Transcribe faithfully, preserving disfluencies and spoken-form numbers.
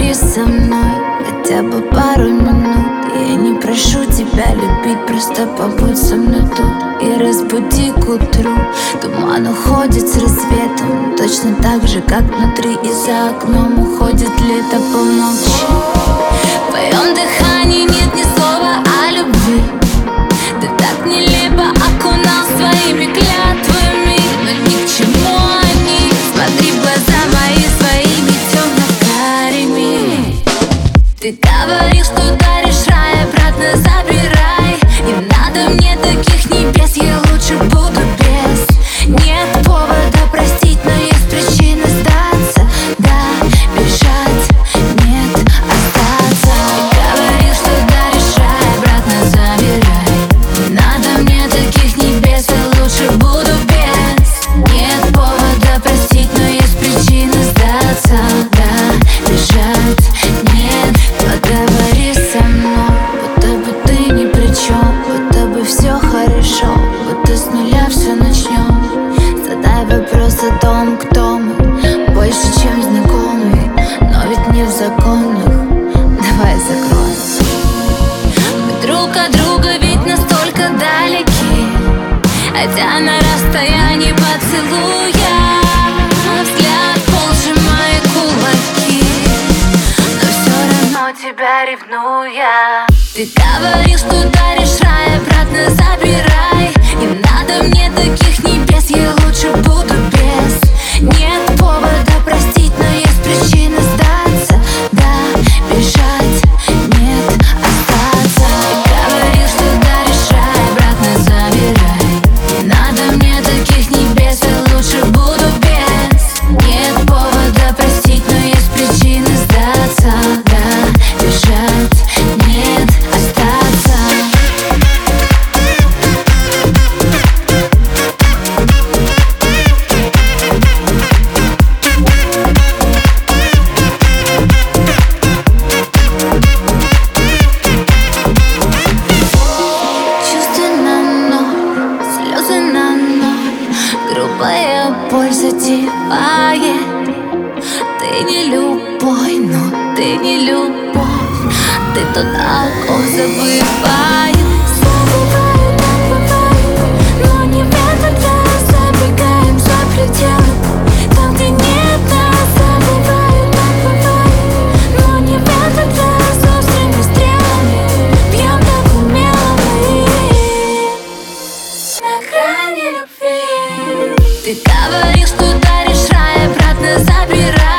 Поговори со мной хотя бы пару минут. Я не прошу тебя любить, просто побудь со мной тут и разбуди к утру. Туман уходит с рассветом, точно так же, как внутри, и за окном уходит лето. Помолчи, в твоем дыхании нет ни слова о любви. Ты так нелепо окунал своими клятвами, но ни к чему они. Смотри в глаза мои своими темно-карими. Ты говоришь, что даришь рай, обратно забирай. Не надо мне таких небес, я лучше буду без. Нет повода простить, но есть причина сдаться. Да, бежать, нет, остаться. Ты говоришь, что даришь рай, обратно забирай. Не надо мне таких небес, я лучше буду без. Нет повода простить, но есть причина сдаться. Да, бежать, нет. Поговори со мной, будто бы ты ни при чем, будто бы все хорошо, будто с нуля все начнем. Задай вопрос о том, кто мы, больше, чем знакомые, но ведь не в законах. Давай закроем. Мы друг от друга ведь настолько далеки, хотя на расстоянии поцелуя. Взгляд пол сжимает кулаки, но все равно тебя ревную я. Ты говоришь, что даришь рай, обратно забирай. Не надо мне таких небес, я лучше буду без. Нет повода простить, но есть причина сдаться. Да, бежать, нет, остаться. Ты говоришь, что даришь рай, обратно забирай. Не надо мне таких небес, я лучше буду без. Нет повода простить, но есть причина сдаться. Да, бежать, нет, остаться. Чувства на ноль, слезы на ноль, грубая боль затевает. Ты не любовь, но ты не любовь. Ты тот, о ком забываю. Забываю, так бывает, но не в этот раз. Забегаем за пределы, там, где нет нас. Забываю, так бывает, но не в этот раз. Острыми стрелами бьем так умело мы на грани любви. Ты говоришь, что даришь рай, обратно забирай.